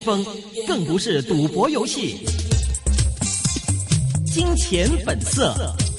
风更不是赌博游戏。金钱本色。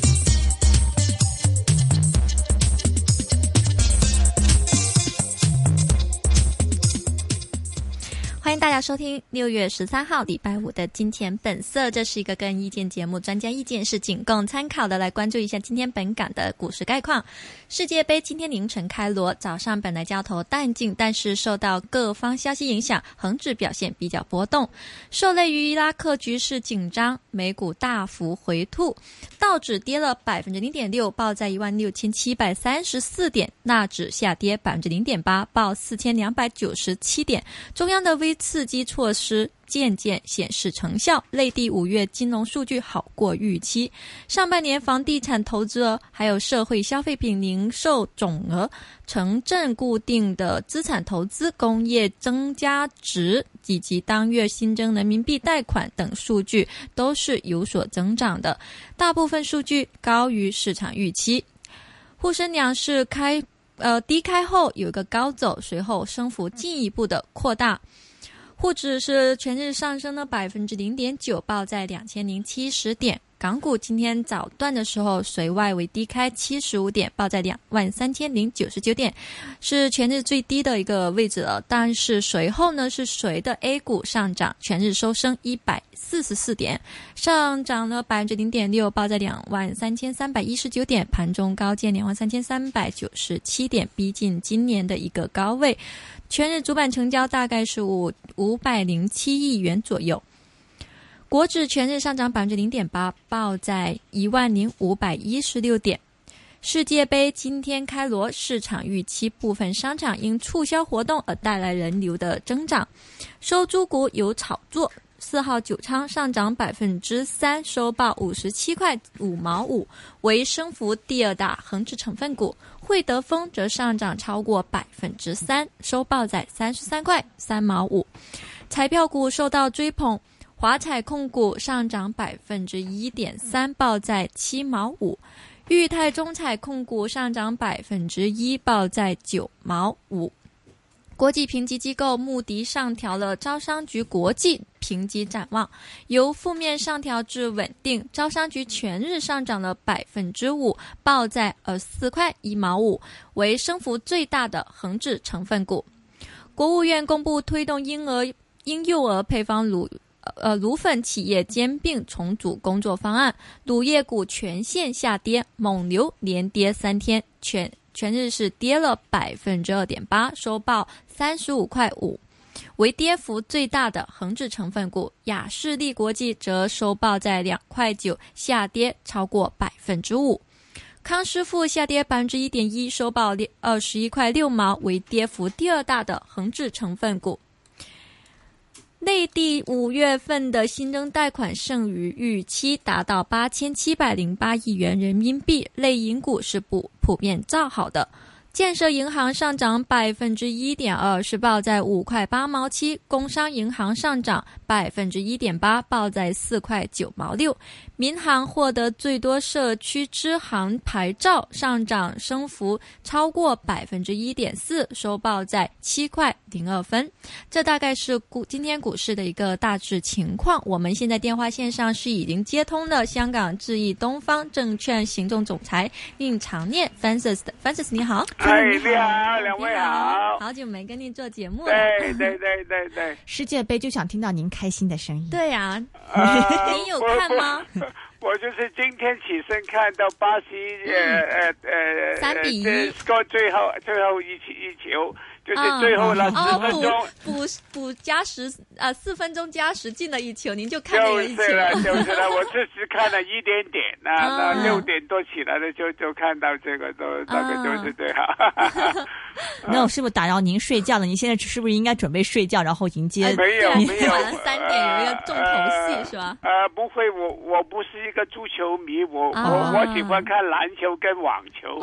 欢迎大家收听6月13号礼拜五的金钱本色，这是一个个人意见节目，专家意见是仅供参考的。来关注一下今天本港的股市概况。世界杯今天凌晨开锣，早上本来交投淡静，但是受到各方消息影响，恒指表现比较波动。受累于伊拉克局势紧张，美股大幅回吐，道指跌了 0.6%， 报在 16,734 点，纳指下跌 0.8%， 报 4,297 点。中央的微刺激措施渐渐显示成效，内地5月金融数据好过预期，上半年房地产投资额还有社会消费品零售总额、城镇固定的资产投资、工业增加值以及当月新增人民币贷款等数据都是有所增长的，大部分数据高于市场预期。沪深两市低开后有一个高走，随后升幅进一步的扩大。沪指是全日上升了 0.9%， 报在2070点。港股今天早段的时候随外围低开75点，报在 23,099 点，是全日最低的一个位置了。但是随后呢是随的 A 股上涨，全日收升144点，上涨了 0.6%， 报在 23,319 点，盘中高见 23,397 点，逼近今年的一个高位。全日主板成交大概是507亿元左右。国指全日上涨 0.8%， 报在 10,516 点。世界杯今天开锣，市场预期部分商场因促销活动而带来人流的增长。收租股有炒作，4号九仓上涨 3%， 收报57块5毛5，为升幅第二大恒指成分股。汇德丰则上涨超过 3%， 收报在33块3毛5。彩票股受到追捧，华彩控股上涨 1.3%， 报在7毛5。裕泰中彩控股上涨 1%， 报在9毛5。国际评级机构穆迪上调了招商局国际评级展望，由负面上调至稳定。招商局全日上涨了 5%， 报在24块1毛5，为升幅最大的恒指成分股。国务院公布推动婴幼儿配方乳粉企业兼并重组工作方案，乳业股全线下跌，蒙牛连跌3天，全日是跌了 2.8%， 收报35块5，为跌幅最大的恒指成分股。雅士利国际则收报在2块9，下跌超过 5%。康师傅下跌 1.1%， 收报21块6毛，为跌幅第二大的恒指成分股。内地5月份的新增贷款剩余预期达到 8,708 亿元人民币，类银股是普遍造好的。建设银行上涨 1.2%， 是报在5块8毛7，工商银行上涨 1.8%， 报在4块9毛6。民航获得最多社区支行牌照，上涨升幅超过 1.4%， 收报在7块02分。这大概是今天股市的一个大致情况。我们现在电话线上是已经接通了香港智易东方证券行政总裁宁长念 Francis 的 Francis， 你好。 你好，两位好， 好久没跟您做节目了。 对， 世界杯就想听到您开心的声音。 对呀，你有看吗？ 我就是今天起身看到巴西 3-1 score 最后一球，就是最后了4分钟补加4分钟加时进了一球，您就看那个一球。 就是了，我只是看了一点点，那6点多起来了就看到这个，那个就是最好。 那我是不是打扰您睡觉了？您现在是不是应该准备睡觉，然后迎接？ 没有， 晚上3点有一个重头戏是吧？ 不会，我不是一个足球迷，我喜欢看篮球跟网球。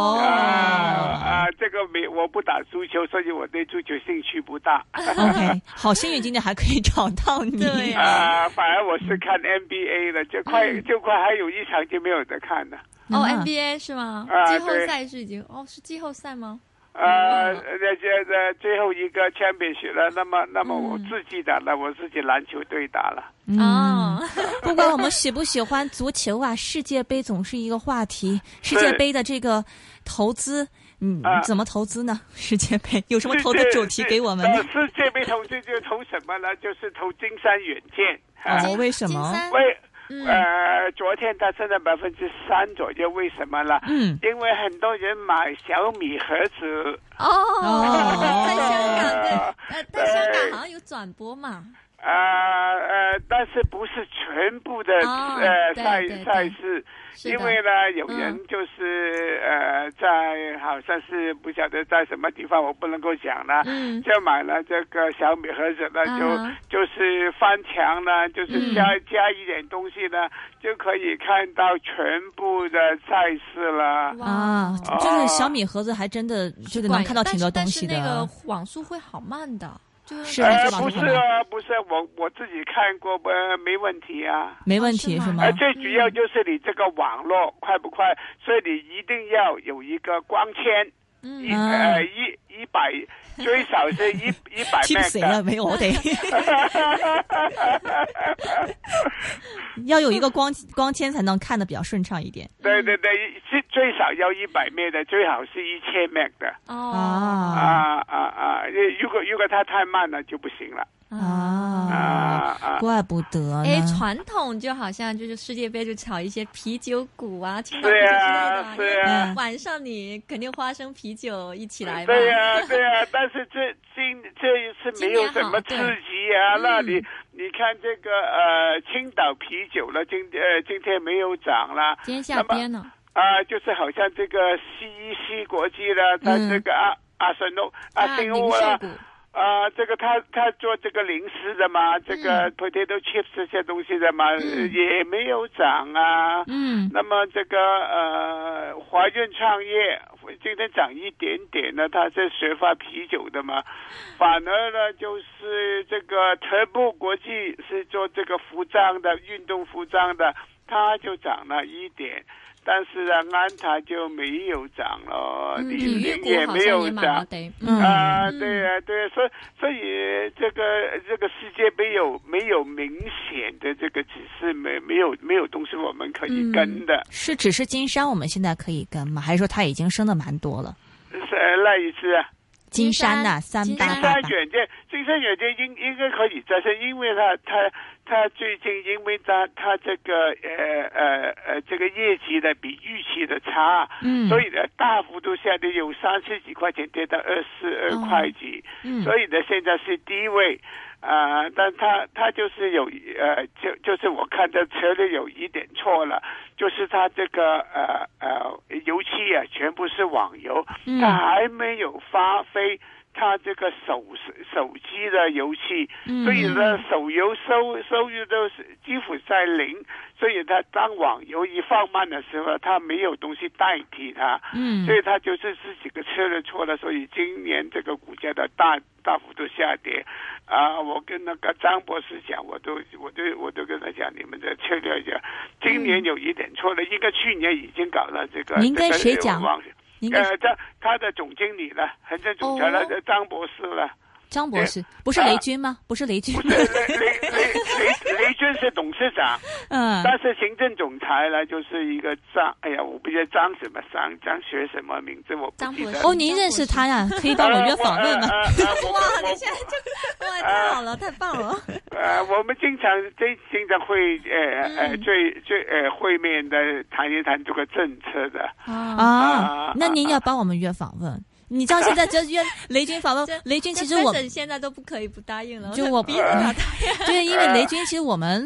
这个我不打足球，所以我对足球兴趣不大。 OK， 好幸运今天还可以找到你。 对反而我是看 NBA 的，就快还有一场就没有得看了。 NBA 是吗？季后赛是已经是季后赛吗？ 最后一个签名学了，那么我自己打了，我自己篮球队打了。 不管我们喜不喜欢足球啊，世界杯总是一个话题。世界杯的这个投资，怎么投资呢？世界杯有什么投资主题给我们呢？ 世界杯投资就投什么呢？就是投金山软件。 为什么？ 昨天它升了3%左右，为什么呢？因为很多人买小米盒子。 在香港的，在香港好像有转播嘛。 但是不是全部的赛事，因为呢有人就是在好像是不晓得在什么地方，我不能够讲了，就买了这个小米盒子呢，就是翻墙呢，就是加一点东西呢，就可以看到全部的赛事了。 就是小米盒子还真的这个能看到挺多东西的， 但是那个网速会好慢的。 不是我自己看过，没问题啊， 没问题是吗？ 最主要就是你这个网络快不快，所以你一定要有一个光纤，100最少是100 Mbps 了，没有我哋要有一个光纤才能看得比较顺畅一点。 对，是最少要100 Mbps 的，最好是1000 Mbps 的。如果它太慢了就不行了。 怪不得呢。 传统就好像就是世界杯就炒一些啤酒股啊，青岛啤酒之类的，是啊。 晚上你肯定花生啤酒一起来嘛。 对啊，但是这一次没有什么刺激啊。那你看这个青岛啤酒了，今天没有涨了。 今天下跌呢。 就是好像这个西国际了，它这个阿信欧了。这个他做这个零食的嘛，这个 potato chips 这些东西的嘛，也没有涨啊。那么这个华润创业今天涨一点点呢，它是学发啤酒的嘛，反而呢就是这个特步国际是做这个服装的，运动服装的，它就涨了1点。但是呢，安踏就没有涨了，李宁也没有涨。对啊，所以这个世界杯没有明显的这个指示，没有东西我们可以跟的。 只是金山我们现在可以跟吗？还是说它已经升得蛮多了？ 那一次啊。 金山呐，3888。 金山软件应该可以再生，因为他最近因为他这个这个业绩呢比预期的差，所以呢大幅度下跌，有30几块钱跌到22块几，所以呢现在是低位。但他就是有就是我看这策略有一点错了，就是他这个油漆啊全部是网油，他还没有发挥他这个手机的油漆，所以呢手游收入都是几乎在0，所以他当网游一放慢的时候，他没有东西代替它，所以他就是自己的策略错了，所以今年这个股价的大幅度下跌。我跟那个张博士讲，我都跟他讲，你们的策略讲，今年有一点错了，应该去年已经搞了这个。 您跟谁讲？ 他的总经理了，行政总裁了，张博士了。 张博士不是雷军吗？不是雷军， 不是雷军是董事长，但是行政总裁呢就是一个张，我不记得张什么张学什么名字，我不记得。 您认识他呀？可以帮我约访问吗？ 哇，你现在就太好了，太棒了。 我们经常会最会面的谈一谈这个政策的那您要帮我们约访问。你知道现在就约雷军访问，雷军其实我现在都不可以不答应了， 就我逼着他答应。对，因为雷军其实我们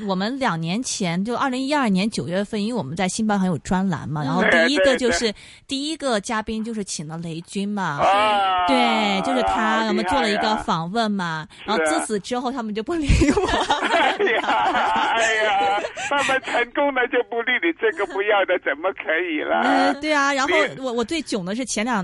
2年前就2012年9月份，因为我们在新报很有专栏嘛，然后第一个嘉宾就是请了雷军嘛，对，就是他，我们做了一个访问嘛，然后自此之后他们就不理我。 他们成功了就不理你，这个不要的怎么可以了？ 对啊，然后我最囧的是前一段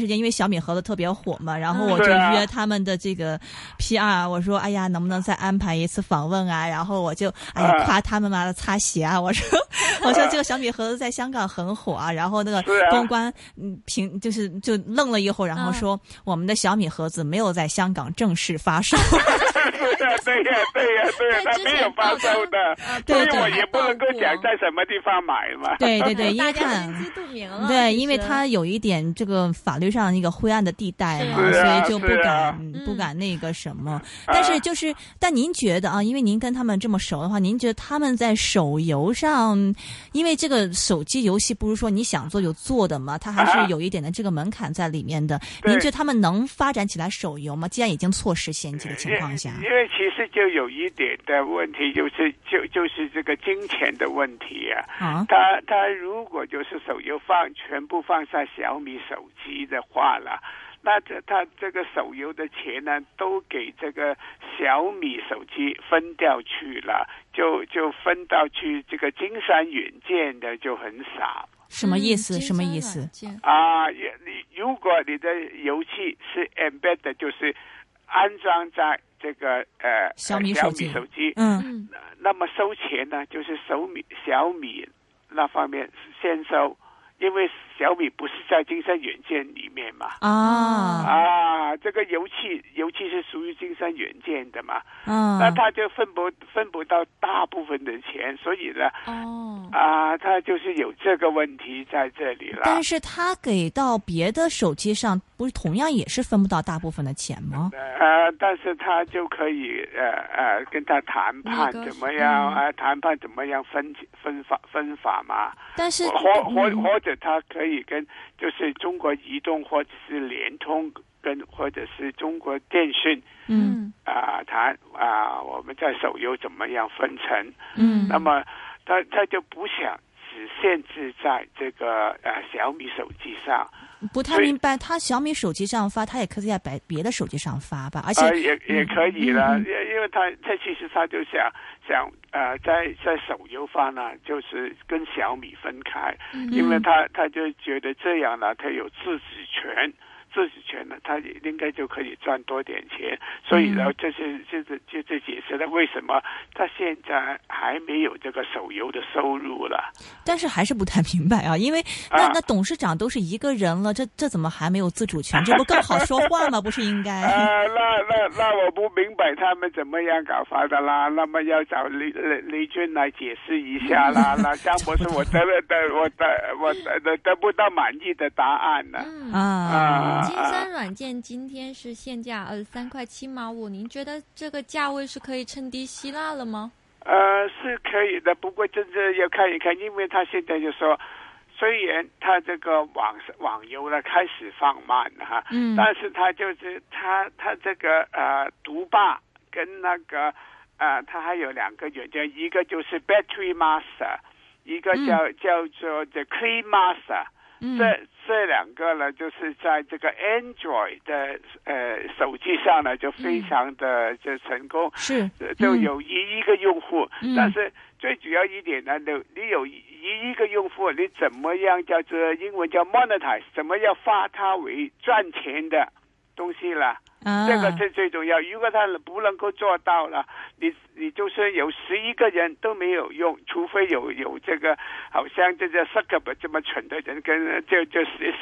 时间因为小米盒子特别火嘛，然后我就约他们的这个 PR， 我说哎呀能不能再安排一次访问啊，然后我就夸他们嘛擦鞋啊，我说这个小米盒子在香港很火啊，然后那个公关就愣了一会儿，然后说我们的小米盒子没有在香港正式发售。 对呀，他没有发售的，所以我也不能够讲在什么地方买嘛。 对，因为心知肚明了。 对，因为它有一点这个法律上一个灰暗的地带嘛，所以就不敢那个什么。但是但您觉得啊，因为您跟他们这么熟的话，您觉得他们在手游上，因为这个手机游戏不是说你想做就做的嘛，它还是有一点的这个门槛在里面的。您觉得他们能发展起来手游吗？既然已经错失先机的情况下， 因为其实就有一点的问题，就是这个金钱的问题啊。他如果就是手游全部放在小米手机的话了，那他这个手游的钱呢，都给这个小米手机分掉去了，就分到去这个金山软件的就很少。 什么意思？什么意思？ 如果你的游戏是 embed， 就是安装在这个小米手机， 那么收钱呢，就是小米那方面先收，因为小米不是在金山软件里面嘛。这个游戏是属于金山软件的嘛。那他就分不到大部分的钱，所以呢，他就是有这个问题在这里了。 但是他给到别的手机上，不是同样也是分不到大部分的钱吗？ 但是他就可以跟他谈判怎么样谈判怎么样分法嘛。 但是或者他可以跟就是中国移动或者是联通或者是中国电信谈我们在手游怎么样分成。那么他就不想只限制在这个小米手机上。 不太明白，他小米手机上发，他也可以在别的手机上发吧？而且也可以了，因为他其实他就想在手游方呢，就是跟小米分开，因为他就觉得这样呢，他有自主权呢，他应该就可以赚多点钱，所以呢，这解释了为什么他现在还没有这个手游的收入了。 但是还是不太明白啊，因为那董事长都是一个人了，这怎么还没有自主权？这不更好说话吗？不是应该？ 那我不明白他们怎么样搞法的啦。那么要找雷军来解释一下啦。那这样不是我得不到满意的答案呢？ 金山软件今天是现价23块7毛5，您觉得这个价位是可以称低希腊了吗？ 是可以的，不过真正要看一看，因为他现在就说，虽然他这个网游呢开始放慢了哈，但是他就是他这个独霸跟那个他还有两个软件，一个就是 Battery Master， 一个叫做 The Clean Master。这两个呢，就是在这个 Android 的手机上呢，就非常的就成功，就有1亿个用户。但是最主要一点呢，你有1亿个用户，你怎么样叫做英文叫 monetize， 怎么样发它为赚钱的东西了？这个是最重要。如果他不能够做到了，你就是有11个人都没有用，除非有这个好像这个 Zuckerberg 这么蠢的人，跟就是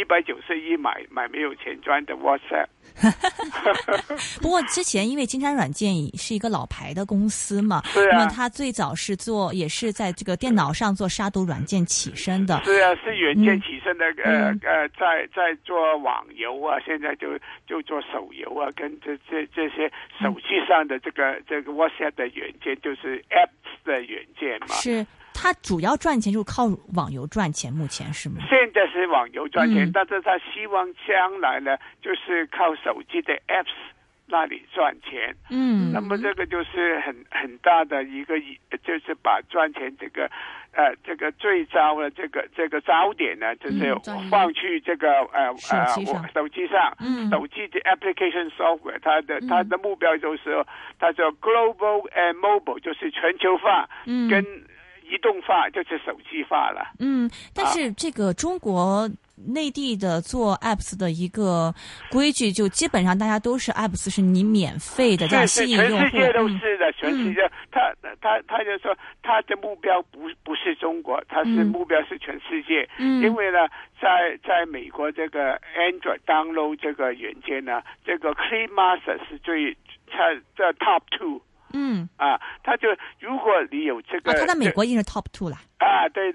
191买没有钱赚的 WhatsApp。 不过之前因为金山软件是一个老牌的公司嘛，那么他最早是也是在这个电脑上做杀毒软件起身的。是软件起身的。在做网游啊，现在就做手游啊，跟这些手机上的这个 WhatsApp 的软件，就是 Apps 的软件嘛。 是。他主要赚钱就是靠网游赚钱，目前是吗？ 现在是网游赚钱，但是他希望将来呢，就是靠手机的 Apps 那里赚钱。那么这个就是很大的一个，就是把赚钱这个最糟的这个焦点呢，就是放去这个手机上，手机的 application software， 它的目标就是它叫 global and mobile， 就是全球化，跟移动化就是手机化了。 但是这个中国内地的做 apps 的一个规矩，就基本上大家都是 apps 是你免费的，这样吸引用户。 全世界都是的，全世界。他就说他的目标不是中国，他是目标是全世界。因为呢，在美国这个 Android download 这个软件呢，这个 KineMaster 是他的 top 2。他就如果你有这个， 他在美国已经是 top 2了。 对，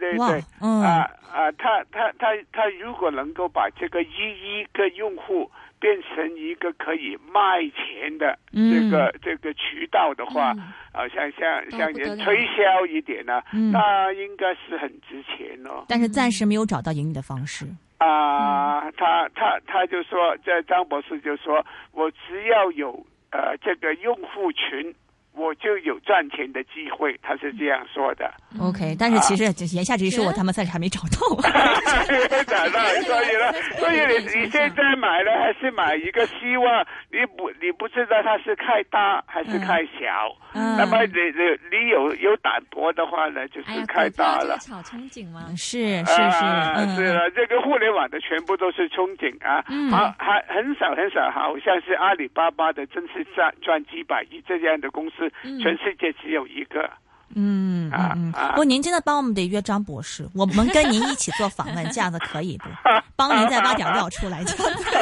他如果能够把这个一个用户变成一个可以卖钱的这个渠道的话，像人推销一点呢，那应该是很值钱哦。 但是暂时没有找到盈利的方式。 他就说，这张博士就说，我只要有这个用户群，我就有赚钱的机会，他是这样说的。 OK， 但是其实言下之意是他们暂时还没找到。 找到，所以你现在买了还是买一个希望，你不知道它是开大还是开小。那么你有胆薄的话呢，就是开大了。 炒憧憬吗？ 是了，这个互联网的全部都是憧憬啊。还很少，好像是阿里巴巴的，真是赚几百亿这样的公司，全世界只有一个。 不过您真的帮我们得约张博士，我们跟您一起做访问，这样子可以不？帮您再挖点料出来，这样子。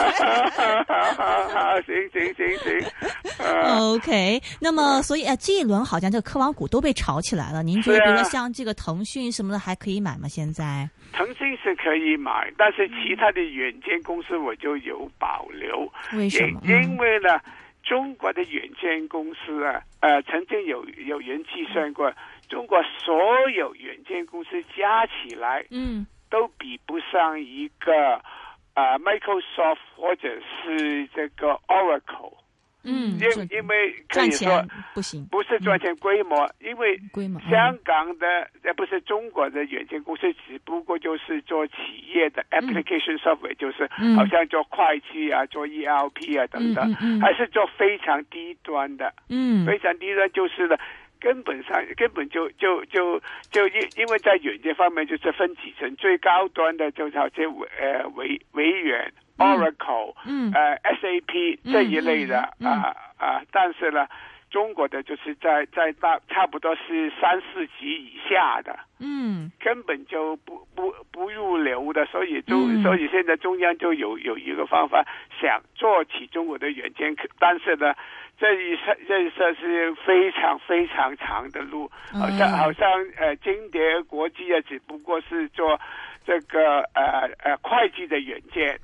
行。OK， 那么所以这一轮好像这个科网股都被炒起来了，您觉得比如说像这个腾讯什么的还可以买吗？现在？ 腾讯是可以买，但是其他的软件公司我就有保留。 为什么？ 因为呢，中国的软件公司曾经有人计算过，中国所有软件公司加起来，都比不上一个Microsoft 或者是这个 Oracle。因为可以说不行， 不是赚钱规模，因为香港的不是中国的软件公司，只不过就是做企业的 application software，就是好像做会计啊、做 ERP 啊等等，还是做非常低端的，非常低端就是呢。根本就因为在软件方面就是分几层，最高端的就好像微软、Oracle、SAP 这一类的但是呢，中国的就是在差不多是3-4级以下的，根本就不入流的，所以现在中央就有一个方法想做起中国的软件，但是呢。这是非常非常长的路，好像金蝶国际只不过是做这个会计的软件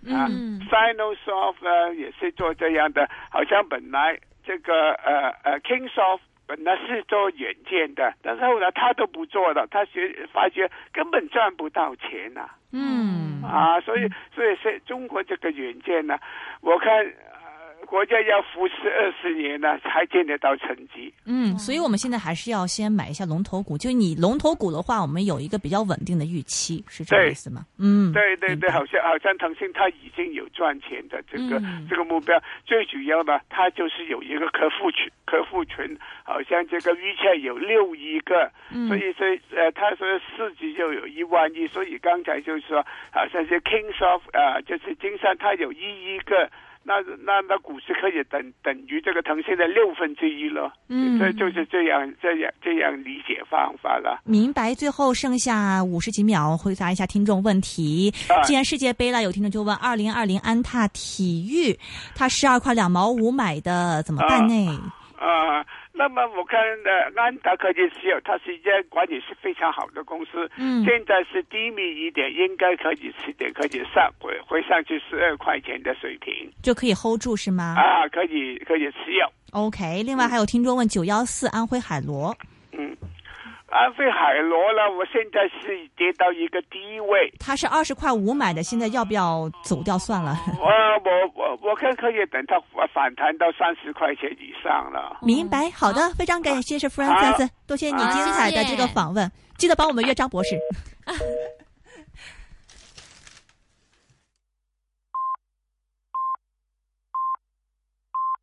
Sinosoft 呢也是做这样的，好像本来这个Kingsoft 本来是做软件的，但是后来他都不做了，他发觉根本赚不到钱所以是中国这个软件呢，我看。国家要扶持20年呢，才见得到成绩。 所以我们现在还是要先买一下龙头股。就你龙头股的话，我们有一个比较稳定的预期，是这个意思吗？ 对，好像腾讯它已经有赚钱的这个目标。最主要的，它就是有一个客户群，好像这个 WeChat 有6亿个，所以他说市值就有1万亿，所以刚才就是说，好像是 Kingsoft 就是金山，它有1亿个。那股市可以等于这个腾讯的1/6了，这就是这样理解方法了。 明白。最后剩下50几秒，回答一下听众问题。既然世界杯了，有听众就问2020安踏体育，他12块2毛5买的，怎么办呢？ 那么我看安踏科技持有，它是一家管理是非常好的公司。现在是低迷一点，应该可以吃点，可以回上去12块钱的水平， 就可以 hold 住是吗？ 可以持有。 OK， 另外还有听众问914安徽海螺。 安徽海螺呢，我现在是跌到一个低位。 它是20块5买的，现在要不要走掉算了？ 我看可以等它反弹到30块钱以上了。 明白，好的，非常感谢是 Francis，多谢你精彩的这个访问，记得帮我们约张博士。